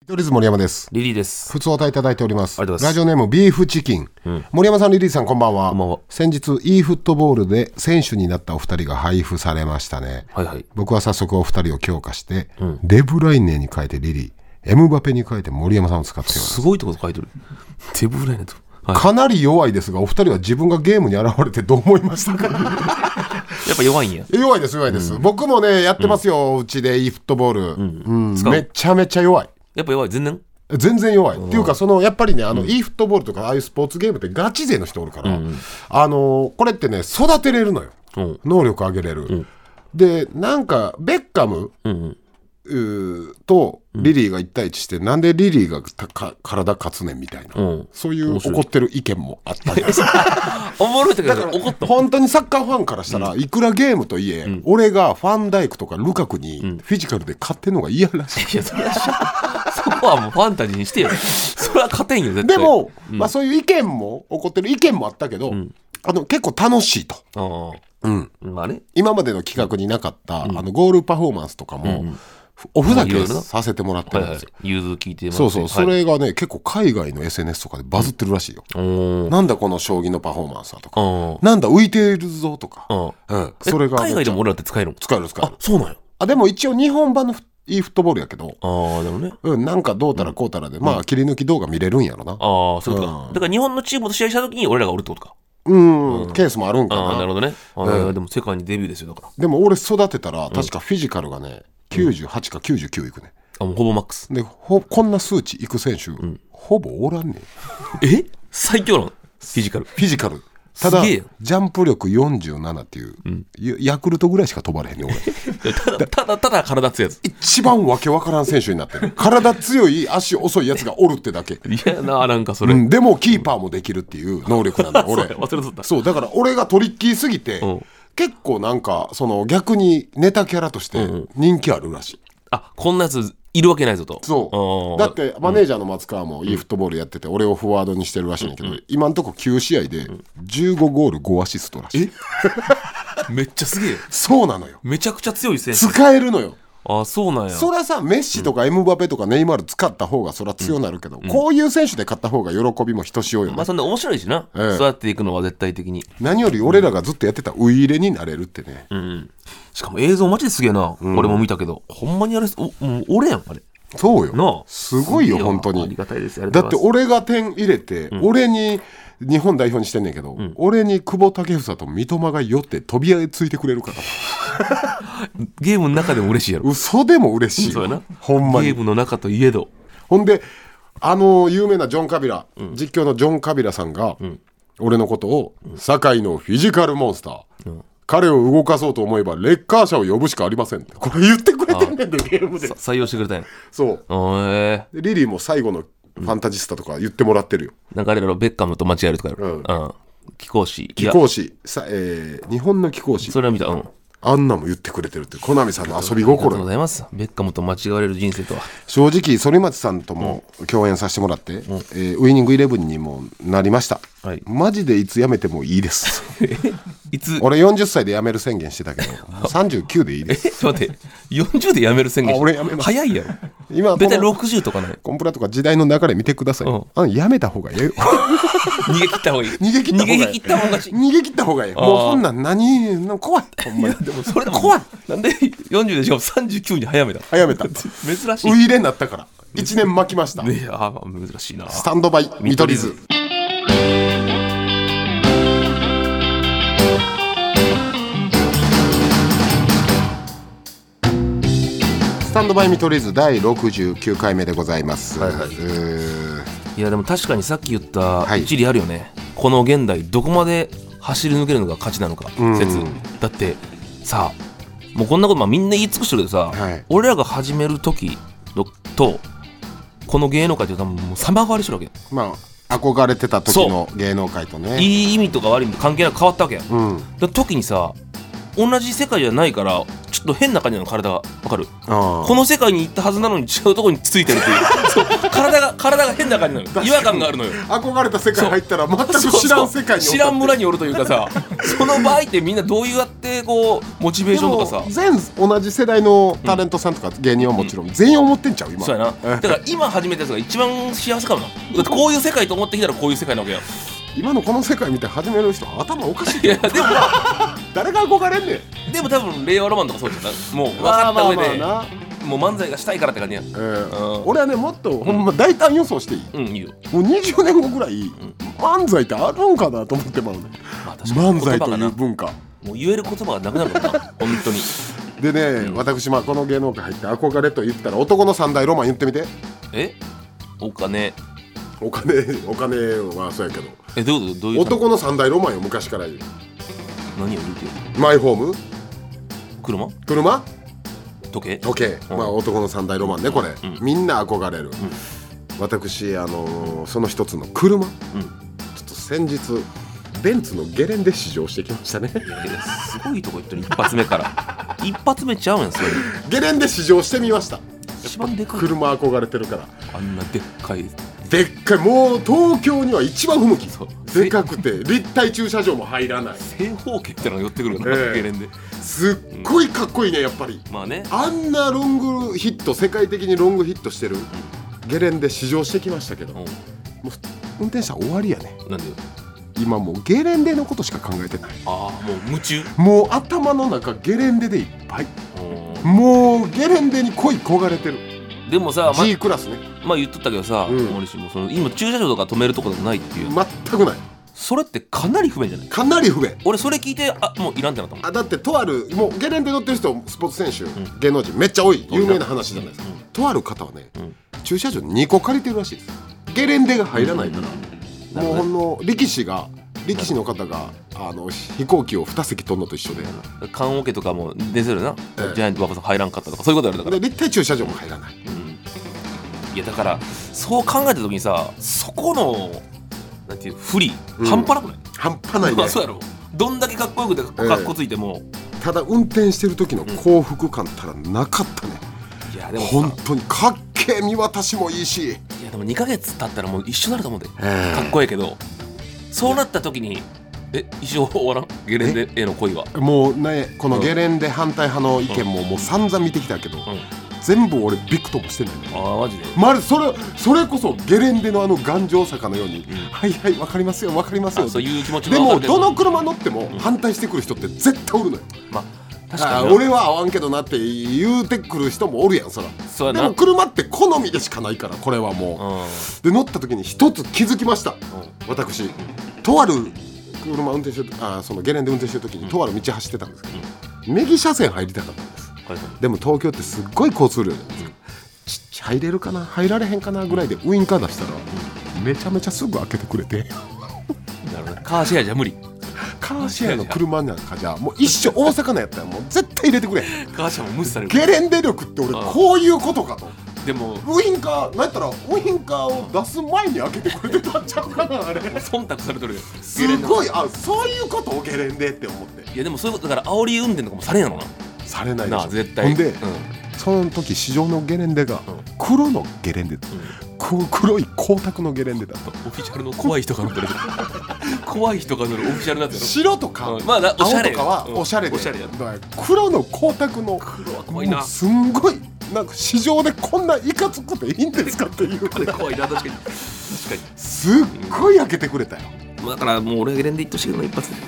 トリズ森山です。 リリーです。 普通お答えいただいております。 ありがとうございます。 ラジオネームビーフチキン、森山さん、リリーさん、こんばんは。 こんばんは。 先日 e フットボールで選手になったお二人が配布されましたね。 はいはい。 僕は早速お二人を強化して、デブライネに変えてリリー、エムバペに変えて森山さんを使っています。 すごいとこ書いてる。デブライネと、はい、 かなり弱いですが、お二人は自分がゲームに現れてどう思いましたか？ やっぱ弱いんや。 弱いです弱いです、僕もねやってますよ、うちで e フットボール、めちゃめちゃ弱い。 やっぱ弱い。 全然弱いっていうか、やっぱりねe フットボールとかああいうスポーツゲームってガチ勢の人おるから、これってね育てれるのよ、能力上げれる、でなんかベッカム、とリリーが1対1して、なんでリリーが体勝つねんみたいな、そういう怒ってる意見もあったりおもろいけど怒った。 本当にサッカーファンからしたら、いくらゲームといえ、俺がファンダイクとかルカクにフィジカルで勝ってんのが嫌らしい。 いやそこはもうファンタジーにしてよ。それは勝てんよ絶対。 でも、そういう意見も怒ってる意見もあったけど、結構楽しいと。 まあね、 今までの企画になかった、ゴールパフォーマンスとかも、おふざけさせてもらってるんですよ。 融通聞いてます。 そうそれがね結構海外の SNS とかでバズってるらしいよ。なんだこの将棋のパフォーマンスだとか、なんだ浮いてるぞとか、それが海外でも俺らって使えるの？ 使える。あ、 そうなんや。 でも一応日本版のe フットボールやけど、 でもね、 なんかどうたらこうたらで、切り抜き動画見れるんやろな。 そういうことか。だから日本のチームと試合した時に俺らがおるってことか。 ケースもあるんかな。 なるほどね。でも世界にデビューですよ。だからでも俺育てたら確かフィジカルがね98か99いくね。 もうほぼマックスで、 こんな数値いく選手、ほぼおらんねん。 最強なの？フィジカル。 ただジャンプ力47っていう、ヤクルトぐらいしか飛ばれへんねん俺。 ただ体強いやつ。 一番わけわからん選手になってる。体強い足遅いやつがおるってだけ。 いやな、なんかそれ、 でもキーパーもできるっていう能力なんだ俺。 忘れとった。 そうだから俺がトリッキーすぎて、結構なんか逆にネタキャラとして人気あるらしい。 こんなやついるわけないぞと。 そうだってマネージャーの松川も e フットボールやってて、俺をフォワードにしてるらしいんやけど、今んとこ9試合で15ゴール5アシストらしい。 めっちゃすげえ。 そうなのよ。 めちゃくちゃ強い選手。 使えるのよ。 そうなんや。 そりゃさ、メッシとかエムバペとかネイマール使った方がそりゃ強なるけど、こういう選手で勝った方が喜びもひとしおよね。 そんな面白いしな、そうやっていくのは絶対的に。 何より俺らがずっとやってたウイイレになれるってね。 しかも映像マジですげえな、俺も見たけど、ほんまにあれ俺やんあれ。 そうよ、すごいよ本当に。 ありがたいです。 だって俺が点入れて、俺に日本代表にしてんねんけど、俺に久保建英と三笘が寄って飛びついてくれるからゲームの中でも嬉しいやろ。 嘘でも嬉しい。 そうやな、 ほんまに。 ゲームの中といえど。 ほんで有名なジョン・カビラ、実況のジョン・カビラさんが、俺のことを堺のフィジカルモンスター、彼を動かそうと思えばレッカー車を呼ぶしかありませんってこれ言ってくれてんねんで、ゲームで採用してくれたんや。 そうでリリーも最後のファンタジスタとか言ってもらってるよ。 なんかあれだろ、ベッカムと間違えるとかやろ。貴公子日本の貴公子、 それは見た。 あんなも言ってくれてるって、コナミさんの遊びありがとう心。 ございます。ベッカムと間違われる人生とは。 正直反町さんとも共演させてもらって、ウイニングイレブンにもなりました、マジでいつ辞めてもいいですいつ俺40歳で辞める宣言してたけど39でいいです。 ちょっと待って、40で辞める宣言俺辞めます。 早いやろ。 今大体60とかね。 コンプラとか時代の流れ見てください、辞めた方がええよ逃げ切った方がいい。 逃げ切った方がいい。逃げ切った方がいい。もうそんなん怖い。ほんまに。 でもそれ怖い。 なんで40でしかも39に早めた。珍しい。 ウイイレになったから1年巻きました。 珍しいな。 スタンドバイ見取り図。スタンドバイ見取り図第69回目でございます。 いやでも確かにさっき言った一理あるよね、この現代どこまで走り抜けるのが勝ちなのか説。だってさ、もうこんなことみんな言い尽くしてるけどさ、俺らが始める時とこの芸能界って多分もう様変わりしてるわけ。 憧れてた時の芸能界とね、 いい意味とか悪い意味と関係なく変わったわけや。だ時にさ、同じ世界じゃないからちょちょっと変な感じなの体が分かる。この世界に行ったはずなのに違うところについてるっていうそう体が変な感じなのよ。違和感があるのよ。 憧れた世界入ったら全く知らん世界に知らん村におるというかさその場合ってみんなどうやってこうモチベーションとかさ、 全同じ世代のタレントさんとか芸人はもちろん全員思ってんちゃう今。 そうやな。だから今始めたやつが一番幸せかもな。だってこういう世界と思ってきたらこういう世界なわけや。 今のこの世界見て始める人頭おかしい。 いやでも誰が憧れんねん。 でも多分令和ロマンとかそうじゃん。もう分かった上でもう漫才がしたいからって感じや。 俺はねもっとほんま大胆予想していい？ いいよ。 もう20年後ぐらい漫才ってあるんかなと思ってまうね。漫才という文化もう言える言葉がなくなるのかな本当に。 でね、私この芸能界入って憧れと言ったら男の三大ロマン言ってみて。 お金はそうやけど。 どういう男の三大ロマンよ昔から言う。 何を言うてよ。 マイホーム、 車、時計、 まあ男の三大ロマンねこれ、みんな憧れる。私その一つの車、ちょっと先日ベンツのゲレンデ試乗してきましたね。 すごいとこ行ってる。一発目から一発目ちゃうんやそれ。 ゲレンデ試乗してみました。 一番でかい車憧れてるから。 あんなでっかいもう東京には一番不向き。でかくて立体駐車場も入らない正方形ってのが寄ってくるからゲレンデ。 すっごいかっこいいねやっぱり。 まあね、 あんなロングヒット、世界的にロングヒットしてるゲレンデ試乗してきましたけど、もう運転したら終わりやね。 なんでよ。 今もうゲレンデのことしか考えてない。 もう夢中。 もう頭の中ゲレンデでいっぱい。もうゲレンデに恋焦がれてる。 でもさ、 G クラスね。 まあ言っとったけどさ、森氏も今駐車場とか止めるところもないっていう。 全くない。 それってかなり不便じゃない？ かなり不便。 俺それ聞いてもういらんってなったもん。 だってとあるもうゲレンデ乗ってる人、スポーツ選手、芸能人めっちゃ多い有名な話じゃないですか。とある方はね、駐車場2個借りてるらしいです。ゲレンデが入らないから、もうほんの力士の方が飛行機を2席取るのと一緒で、 棺桶とかも出せるな、ジャイアント馬場さん入らんかったとかそういうことやるだから。 立体駐車場も入らない。 いやだからそう考えた時にさ、そこのなんていう不利、半端なくない？ 半端ないね。 そうやろ。どんだけかっこよくてかっこついても、 ただ運転してる時の幸福感たらなかったね。 いやでも本当にかっけえ、見渡しもいいし。いやでも2ヶ月経ったらもう一緒になると思うんで、かっこええけど、そうなった時に一生終わらん？ゲレンデへの恋は。 もうね、このゲレンデ反対派の意見ももう散々見てきたけど、全部俺ビクともしてないね。 マジで。 それこそゲレンデの頑丈坂のように、はいはい分かりますよ分かりますよ。 そういう気持ちでもどの車乗っても反対してくる人って絶対おるのよ。まあ確かに俺は合わんけどなって言うてくる人もおるやん。そらそうやな。でも車って好みでしかないから、これはもう。で乗った時に一つ気づきました。私とある車運転してる、そのゲレンデ運転してる時にとある道走ってたんですけど、右車線入りたかったんです。でも東京ってすっごい交通量じゃないですか。入れるかな入られへんかなぐらいでウインカー出したら、めちゃめちゃすぐ開けてくれて。 なるほど。カーシェアじゃ無理。 カーシェアの車なんかじゃもう一生大阪のやったらもう絶対入れてくれ。 カーシェアも無視される。 ゲレンデ力って俺こういうことかと。 でもウインカーなんやったらウインカーを出す前に開けてくれてたんちゃうかなあれ。 忖度されとるよ。 すごいそういうことをゲレンデって思って。 いやでもそういうことだから、煽り運転とかもされんやろな。 されないでしょ絶対。 ほんで、その時市場のゲレンデが黒のゲレンデ、黒い光沢のゲレンデだと。 オフィシャルの怖い人が乗ってる。怖い人が乗るオフィシャルなんですよ。白とか青とかはおしゃれで、黒の光沢の黒は怖いな。 すんごいなんか市場でこんないかつくていいんですかっていうあれ怖いな。確かにすっごい開けてくれたよ。 だからもう俺ゲレンデ行ってほしいけど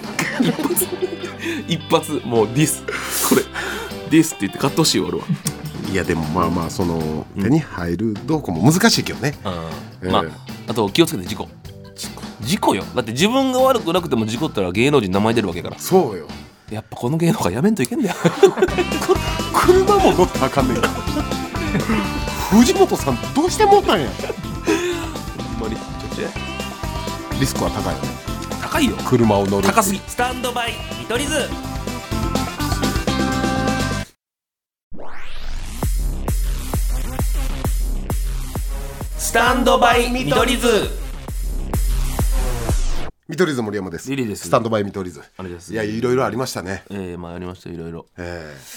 一発もうディス、これディスって言って買ってほしいよ俺は。 いやでもまあまあその手に入るどうこも難しいけどね。 あと気をつけて事故よ。だって自分が悪くなくても事故ったら芸能人名前出るわけから。 そうよ。 やっぱこの芸能界やめんといけんだよ。 車も乗ったらあかんねんから。藤本さんどうしてもったんや。 ほんまにリスクは高いよね。 高いよ。 車を乗る高すぎ。スタンドバイ見取り図。スタンドバイ見取り図。 見取り図森山です。 リリーです。 スタンドバイ見取り図。 あれです。 いやいろいろありましたね。 まあありましたいろいろ。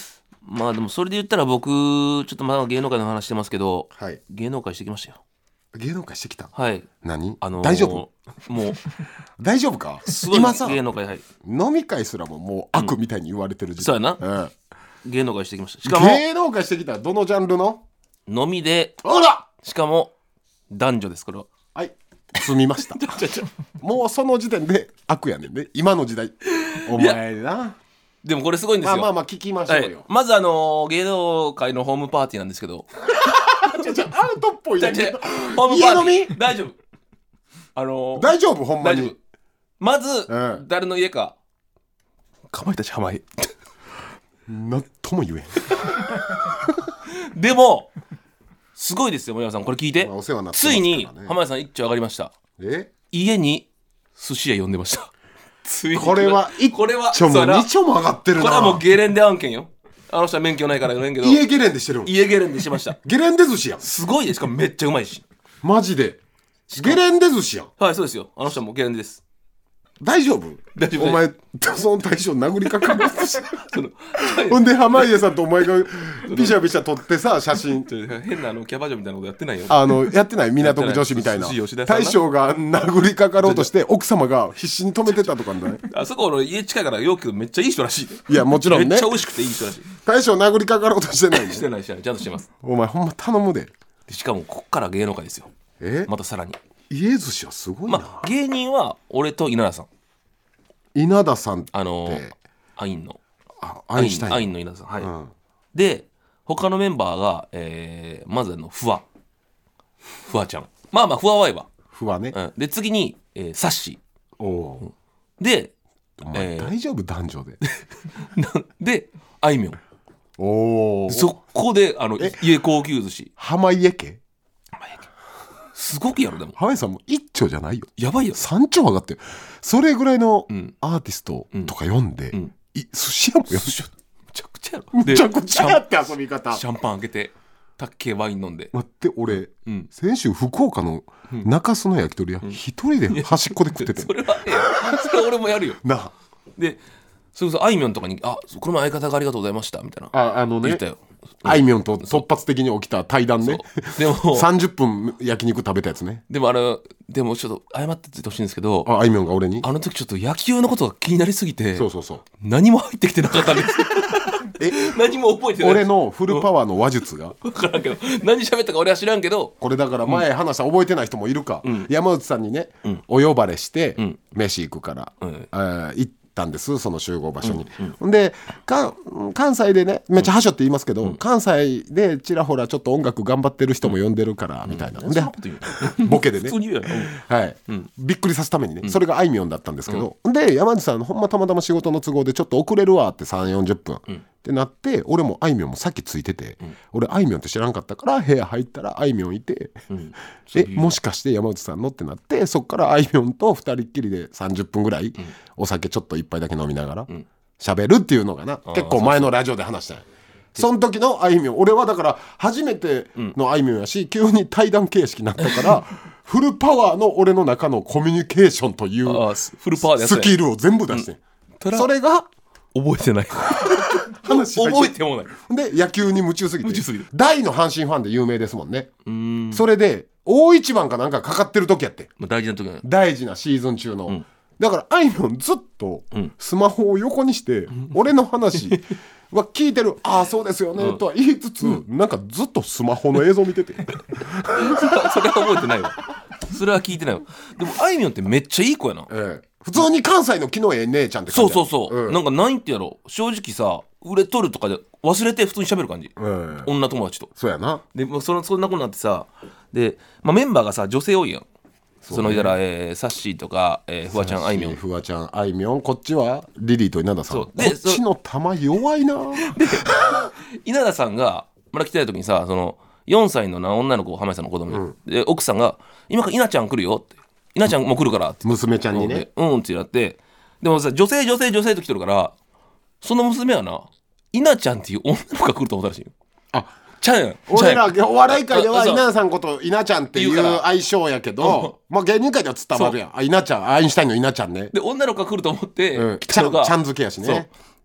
まあでもそれで言ったら僕ちょっとまだ芸能界の話してますけど、 はい、 芸能界してきましたよ。 芸能界してきた。 はい。 何、大丈夫？もう大丈夫か？今さ芸能界、はい、 飲み会すらももう悪みたいに言われてる時代、 そうやな、芸能界してきました。しかも芸能界してきた。どのジャンルの？ 飲みで、 ほら、 しかも男女です。これははい済みましたもうその時点で悪やねんね、今の時代。お前な。 でもこれすごいんですよ。 まあ聞きましょうよ、はい、 まず芸能界のホームパーティーなんですけどアウトっぽいね。 ホームパーティー大丈夫、 大丈夫ほんまに。 まず、誰の家か、かまいたち濱家なんとも言えんでもすごいですよ、森山さん、これ聞いて、 お世話になってますついに濱家さん一丁上がりました。家に寿司屋呼んでました。ついにこれは一丁も二丁も上がってるな。 これはもうゲレンデ案件よ。あの人は免許ないから言えんけど、 家ゲレンデしてるの。 家ゲレンデしてました。 ゲレンデ寿司やん。 すごいです。しかもめっちゃうまいし、 マジでゲレンデ寿司やん。 はい、そうですよ。あの人はもうゲレンデです。 大丈夫？ 大丈夫。 お前その大将殴りかかるほんで濱家さんとお前がビシャビシャ撮ってさ、写真変なキャバ嬢みたいなことやってないよ。 やってない。港区女子みたいな。大将が殴りかかろうとして奥様が必死に止めてたとかね。 あそこの家近いからよくめっちゃいい人らしい。 いやもちろんね、 めっちゃ美味しくていい人らしい。 大将殴りかかろうとしてないね。 してないちゃんとしてます。 お前ほんま頼むで。 しかもこっから芸能界ですよ。またさらに家寿司はすごいな。 芸人は俺と稲田さん。 稲田さんってアインのアインシュタインアインの稲田さん、はい、で他のメンバーが、まずフワちゃん、まあフワワイはフワね、 で次に、サッシーで、 大丈夫男女でであいみょん。そこで家高級寿司濱家家すごくやろ。でも濱家さんも一丁じゃないよ、 やばいよ、 三丁上がってる。それぐらいのアーティストとか読んで、寿司屋もやるしょ。 むちゃくちゃやろ。 むちゃくちゃやって遊び方。 シャンパン開けてたっけワイン飲んで。 待って俺、先週福岡の中洲の焼き鳥屋一人で端っこで食ってて、 それはそれ俺もやるよな。 でそれこそあいみょんとかにこの前相方がありがとうございましたみたいな言ったよ。 あいみょんと突発的に起きた対談ね。 でも 30分焼肉食べたやつね。 でもでもちょっと謝って言ってほしいんですけど、 あいみょんが俺にあの時ちょっと野球のことが気になりすぎて、 そう何も入ってきてなかったんです何も覚えてない。 俺のフルパワーの話術が分からんけど、何喋ったか俺は知らんけど、 これだから前話した覚えてない人もいるか、山内さんにね、お呼ばれして、飯行くから、行ったんです、その集合場所に。で関西でね、めっちゃはしょって言いますけど、関西でちらほらちょっと音楽頑張ってる人も呼んでるからみたいな、でボケでね、びっくりさすためにね、それがあいみょんだったんですけど、で山内さんほんまたまたま仕事の都合でちょっと遅れるわって3、40分ってなって、俺もあいみょんもさっきついてて、俺あいみょんって知らんかったから部屋入ったらあいみょんいて、もしかして山内さんのってなって、そっからあいみょんと2人っきりで30分ぐらいお酒ちょっと一杯だけ飲みながら喋るっていうのがな、結構前のラジオで話したんや。その時のあいみょん、俺はだから初めてのあいみょんやし、急に対談形式になったからフルパワーの俺の中のコミュニケーションというスキルを全部出して、それが覚えてない話覚えてもないで、野球に夢中すぎて大の阪神ファンで有名ですもんね。それで大一番かなんかかかってる時やって、 大事な時、 大事なシーズン中の、だからあいみょんずっとスマホを横にして、俺の話は聞いてる、ああそうですよねとは言いつつ、なんかずっとスマホの映像見ててそれは覚えてないわ。それは聞いてないわ。でもあいみょんってめっちゃいい子やな。 普通に関西の木のええ姉ちゃんって感じ。 そう、なんか何ってやろ、正直さ、売れとるとかで忘れて普通に喋る感じ、女友達と。 そうやな。 でそんなことになってさ、で、メンバーがさ女性多いやん。その言ったら、サッシーとか、フワちゃん、あいみょん、 フワちゃん、あいみょん、こっちはリリーと稲田さん。こっちの玉弱いな。 で稲田さんがまだ来てた時にさ、その4歳の女の子、浜井さんの子供に、で奥さんが今から稲ちゃん来るよって、稲ちゃんも来るからって娘ちゃんにね、 って言って、でもさ女性と来てるから、その娘はな稲ちゃんっていう女の子が来ると思ったらしいよ。ちゃうやん。 俺らお笑い界では稲田さんこと稲ちゃんっていう愛称やけど、芸人界では伝わるやん。稲ちゃん、アインシュタインの稲ちゃんね。 で女の子が来ると思って、 ちゃん付けやしね。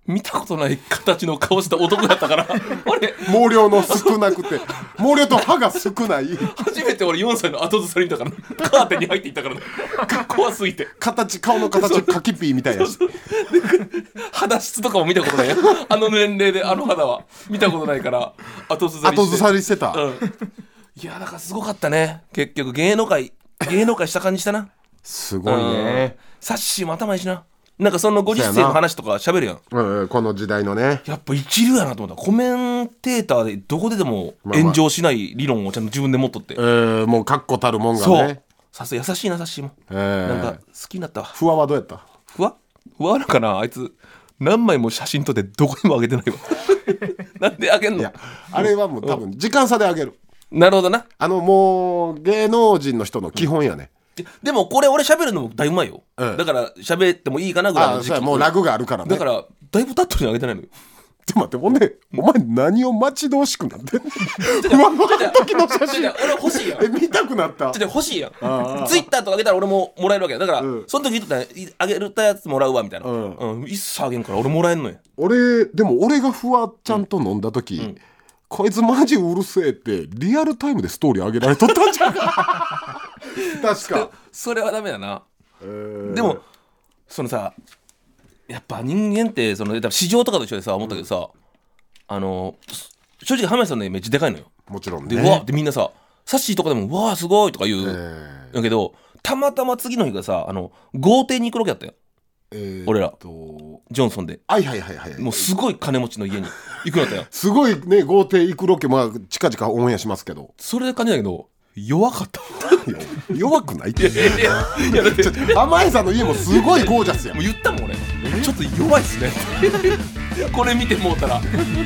見たことない形の顔した男だったから俺毛量の少なくて毛量と歯が少ない初めて俺4歳の後ずさり見たからカーテンに入っていったから怖すぎて顔の形カキピーみたいなし肌質とかも見たことないよあの年齢であの肌は見たことないから後ずさりしてた、 いやだからすごかったね。結局芸能界した感じしたな。 すごいね。 サッシーも頭いいしな。なんかそのご時世の話とか喋るやん、 この時代のね。 やっぱ一流やなと思った。コメンテーターでどこででも炎上しない理論をちゃんと自分で持っとって、 もう確固たるもんがね。 そうさすが優しいなサッシーも、なんか好きになったわ。 不破はどうやった？ 不破なんかな、あいつ何枚も写真撮ってどこにもあげてないわなんであげんの？いやあれはもう多分時間差であげる。 なるほどな。 もう芸能人の人の基本やね、 でもこれ俺喋るのもだいぶ前よ、だから喋ってもいいかなぐらいの時期。 もうラグがあるからね。 だからだいぶ経っとるにあげてないのよ。 ちょっと待って、ほんでお前何を待ち遠しくなってんの不安の時の写真俺欲しいやん見たくなった。 欲しいやん。ツイッターとかあげたら俺ももらえるわけやだから、その時言ってたあげるたやつもらうわみたいな、一切あげんから俺もらえんのよ。 でも俺がフワちゃんと飲んだ時、こいつマジうるせえってリアルタイムでストーリー上げられとったんじゃんか確かそれはダメだな、でもそのさやっぱ人間ってその市場とかと一緒でさ思ったけどさ、正直浜田さんの絵めっちゃでかいのよ。 もちろんね。 でわってみんなさサッシーとかでもわーすごいとか言う、だけどたまたま次の日がさ豪邸に行くロケだったよ、俺らジョンソンで、もうすごい金持ちの家に行くんだったよすごいね、豪邸行くロケ近々オンエアしますけど、 それで感じだけど弱かった弱くないっていやだって浜江さんの家もすごいゴージャスやん。 もう言ったもん俺ちょっと弱いっすねこれ見てもうたら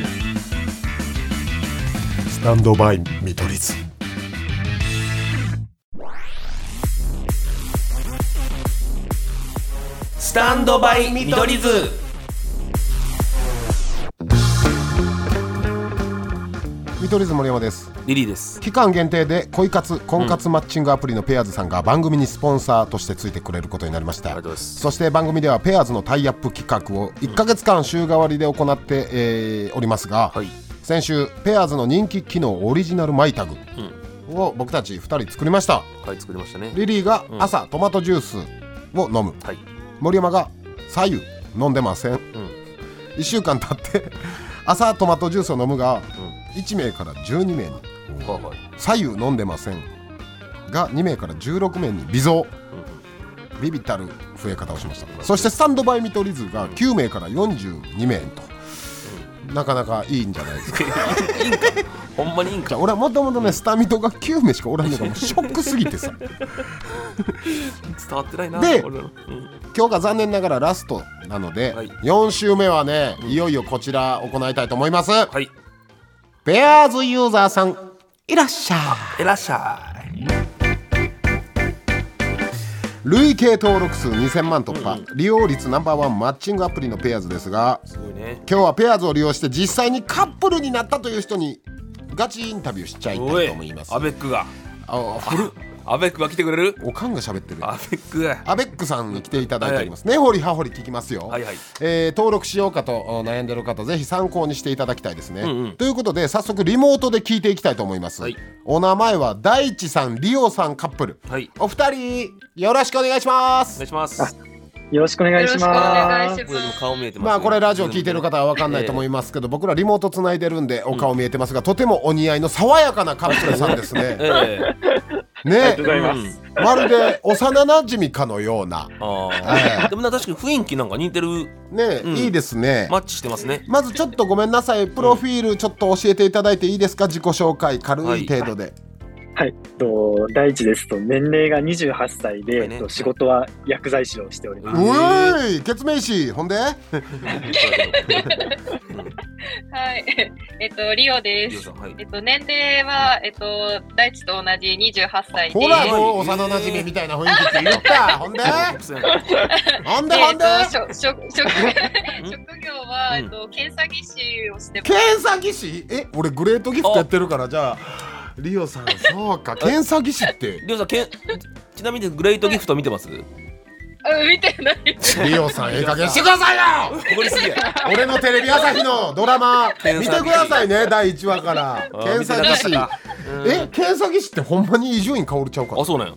スタンドバイ見取り図。 スタンドバイ見取り図。 見取り図森山です。 リリーです。 期間限定で恋活婚活マッチングアプリのペアーズさんが番組にスポンサーとしてついてくれることになりました。そして番組ではペアーズのタイアップ企画を1ヶ月間週替わりで行って、おりますが、先週ペアーズの人気機能オリジナルマイタグを僕たち2人作りました。 作りましたね。 リリーが朝トマトジュースを飲む、森山が左右飲んでません、1週間経って朝トマトジュースを飲むが、1名から12名に、左右飲んでませんが2名から16名に微増、ビビったる増え方をしました。そしてスタンドバイ見取り図が9名から42名と、なかなかいいんじゃないですかいいんかほんまにいいんか。 俺はもともとねスタミトが9名しかおらんのがもうショックすぎてさ伝わってないな。 で、今日が残念ながらラストなので、4週目はね、いよいよこちら行いたいと思います。ペアーズユーザーさんいらっしゃい。 いらっしゃい。 累計登録数2000万突破、利用率ナンバーワンマッチングアプリのペアーズですが、 すごいね。 今日はペアーズを利用して実際にカップルになったという人にガチインタビューしちゃいたいと思います。 アベックが古っアベックが来てくれる。 おかんが喋ってる。 アベックさんに来ていただいております。根掘り葉掘り聞きますよ。登録しようかと悩んでる方ぜひ参考にしていただきたいですね、ということで早速リモートで聞いていきたいと思います、お名前は大地さんリオさんカップル、お二人よろしくお願いします。 お願いします。 よろしくお願いします。 顔見えてます、 まあこれラジオ聞いてる方は分かんないと思いますけど、僕らリモートつないでるんでお顔見えてますが、とてもお似合いの爽やかなカップルさんですね。ね、まるで幼なじみかのような。 でも確かに雰囲気なんか似てるね、いいですね。 マッチしてますね。 まずちょっとごめんなさい、プロフィールちょっと教えていただいていいですか。自己紹介軽い程度で。 はい、大地ですと、年齢が28歳で、仕事は薬剤師をしております。 うい、ケツメイシほんではい 、リオです。年齢は、大地と同じ28歳で。 ほら、もう幼馴染みたいな雰囲気って言った。ほんで職業は、検査技師をしてます。 検査技師？俺グレートギフトやってるから、じゃあリオさん、そうか、検査技師って。 リオさん、ちなみにグレートギフト見てます？ 見てない。 リオさん、ええ加減してくださいよ。 怒りすぎや。 俺のテレビ朝日のドラマ見てくださいね、第1話から。検査技師。検査技師ってほんまに伊集院薫ちゃうか。 あ、そうなんや。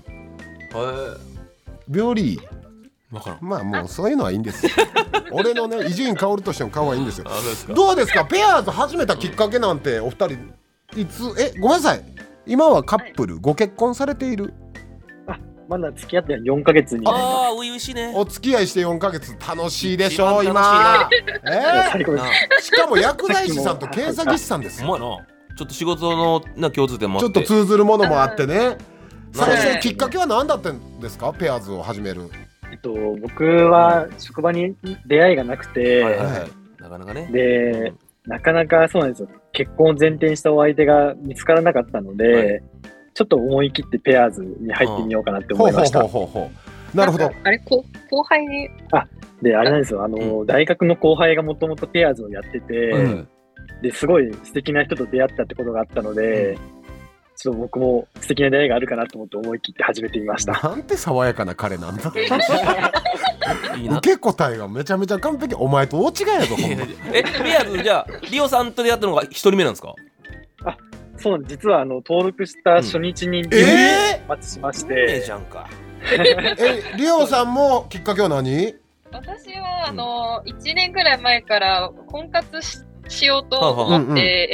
病理。 わからん。 まあもうそういうのはいいんですよ。俺のね、伊集院薫としての顔はいいんですよ。どうですか、ペアーズ始めたきっかけなんてお二人いつ、ごめんなさい、今はカップル、ご結婚されている？ まだ付き合って4ヶ月に。 ああ、初々しいね。 お付き合いして4ヶ月、楽しいでしょう今。 最高でしかも薬剤師さんと検査技師さんですよ。 ほんまやな。ちょっと仕事の共通点もあって、 ちょっと通ずるものもあってね。最初きっかけは何だったんですか、ペアーズを始める？ 僕は職場に出会いがなくて、 なかなかね。 で、なかなかそうなんですよ。結婚を前提にしたお相手が見つからなかったので、ちょっと思い切ってペアーズに入ってみようかなって思いました。 なるほど。 あれ、後輩に。 で、あれなんですよ。大学の後輩がもともとペアーズをやってて、ですごい素敵な人と出会ったってことがあったので、ちょっと僕も素敵な出会いがあるかなと思って思い切って始めてみました。 なんて爽やかな彼なんだ。受け答えがめちゃめちゃ完璧。お前と大違いやぞ。ほんま。 ペアーズ、じゃあリオさんと出会ったのが1人目なんですか？ そう、実は登録した初日にマッチしまして。 じゃんか。 リオさんもきっかけは何？ 私は1年ぐらい前から婚活しようと思って、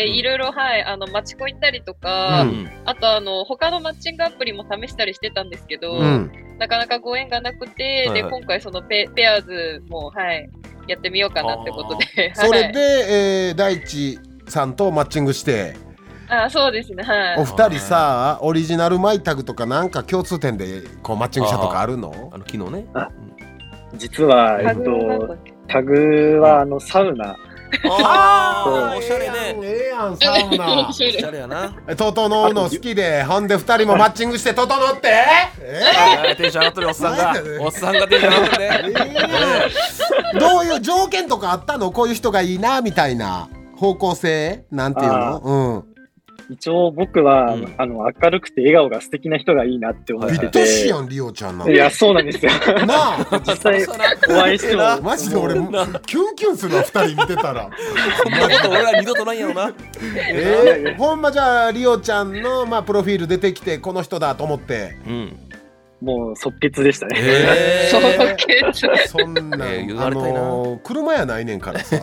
いろいろ、マチコ行ったりとか、あと他のマッチングアプリも試したりしてたんですけど、なかなかご縁がなくて、で今回そのペアーズも、やってみようかなってことで。 それで、大地さんとマッチングして。 そうですね。 お二人さ、オリジナルマイタグとかなんか共通点でこうマッチングしたとかあるの？ 昨日ね。 実はタグはサウナ。 おしゃれね。 ええやん、サウナ。 おしゃれやな。 整うの好きで、ほんで二人もマッチングして整って。 テンション上がってるおっさんが。おっさんがテンション上がってるね。 どういう条件とかあったの？こういう人がいいなみたいな方向性なんていうの？ 一応僕は、明るくて笑顔が素敵な人がいいなって思ってて。 ビットシアン、リオちゃんなんいや、そうなんですよ。 なあ、 実際お会いしてもマジで俺キュンキュンするわ、二人見てたら。 俺ら二度とないやろな。 ほんまじゃあリオちゃんのプロフィール出てきてこの人だと思って。 もう即決でしたね。 即決。 そんな車やないねんからさ。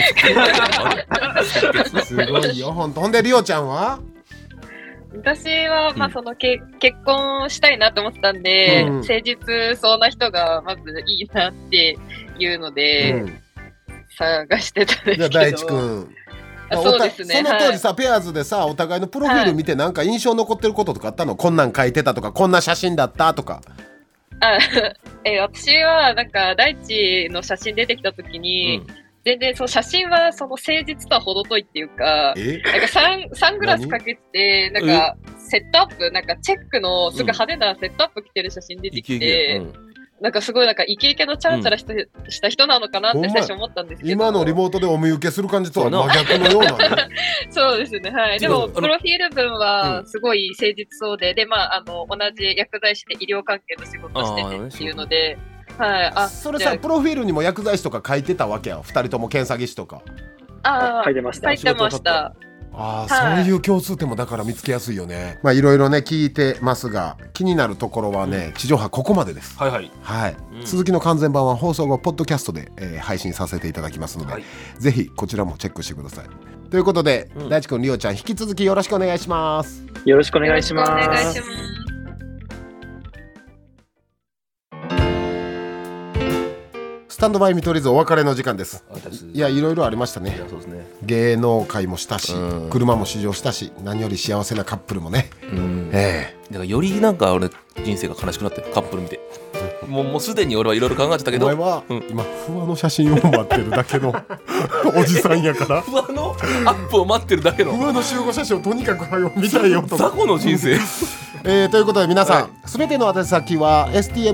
すごいよ、ほんと。ほんでリオちゃんは？ 私はその結婚したいなと思ってたんで、誠実そうな人がまずいいなっていうので探してたんですけど。 じゃあ大地君。 そうですね。 その当時さ、ペアーズでさ、お互いのプロフィール見てなんか印象残ってることとかあったの？こんなん書いてたとか、こんな写真だったとか。 私はなんか大地の写真出てきた時に、全然その写真はその誠実とは程遠いっていうか、なんかサングラスかけて、なんかセットアップ、なんかチェックのすぐ派手なセットアップ着てる写真出てきて、なんかすごいなんかイケイケのチャラチャラした人なのかなって最初思ったんですけど、 今のリモートでお見受けする感じとは真逆のようなね。 そうですね。でもプロフィール文はすごい誠実そうで、で同じ薬剤師で医療関係の仕事しててっていうので。 それさ、プロフィールにも薬剤師とか書いてたわけや。二人とも検査技師とか。 書いてました。 そういう共通点もだから見つけやすいよね。いろいろね聞いてますが、気になるところはね、地上波ここまでです。続きの完全版は放送後ポッドキャストで配信させていただきますので、ぜひこちらもチェックしてください。ということで、大地君、リオちゃん、引き続きよろしくお願いします。 よろしくお願いします。 スタンドバイ見取り図お別れの時間です。いや、いろいろありましたね。芸能界もしたし、車も試乗したし、何より幸せなカップルもね。 だからよりなんか俺人生が悲しくなってる、カップル見て。もうすでに俺はいろいろ考えてたけど、 お前は今不破の写真を待ってるだけのおじさんやから。 不破のアップを待ってるだけの。 不破の集合写真をとにかく早く見たいよと。 雑魚の人生。 ということで皆さん、すべての宛先は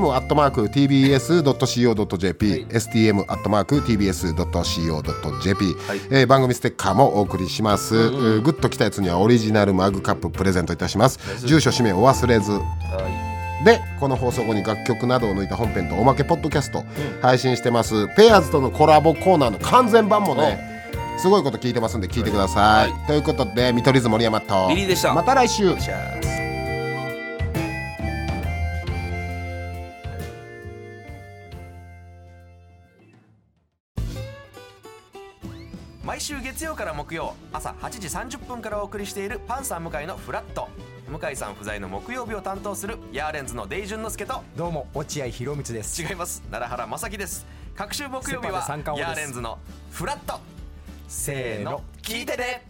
stm@tbs.co.jp、stm@tbs.co.jp、番組ステッカーもお送りします。グッときたやつにはオリジナルマグカッププレゼントいたします。住所氏名お忘れず。 でこの放送後に楽曲などを抜いた本編とおまけポッドキャスト配信してます。ペアーズとのコラボコーナーの完全版もねすごいこと聞いてますんで聞いてください、ということで見取り図森山とリリーでした。 また来週。 毎週月曜から木曜朝8時30分からお送りしているパンサー向井のフラット。向井さん不在の木曜日を担当するヤーレンズのデイジュンの之介と、 どうも落合博満です。 違います、奈良原正樹です。各週木曜日はヤーレンズのフラット。せーの聞いてね。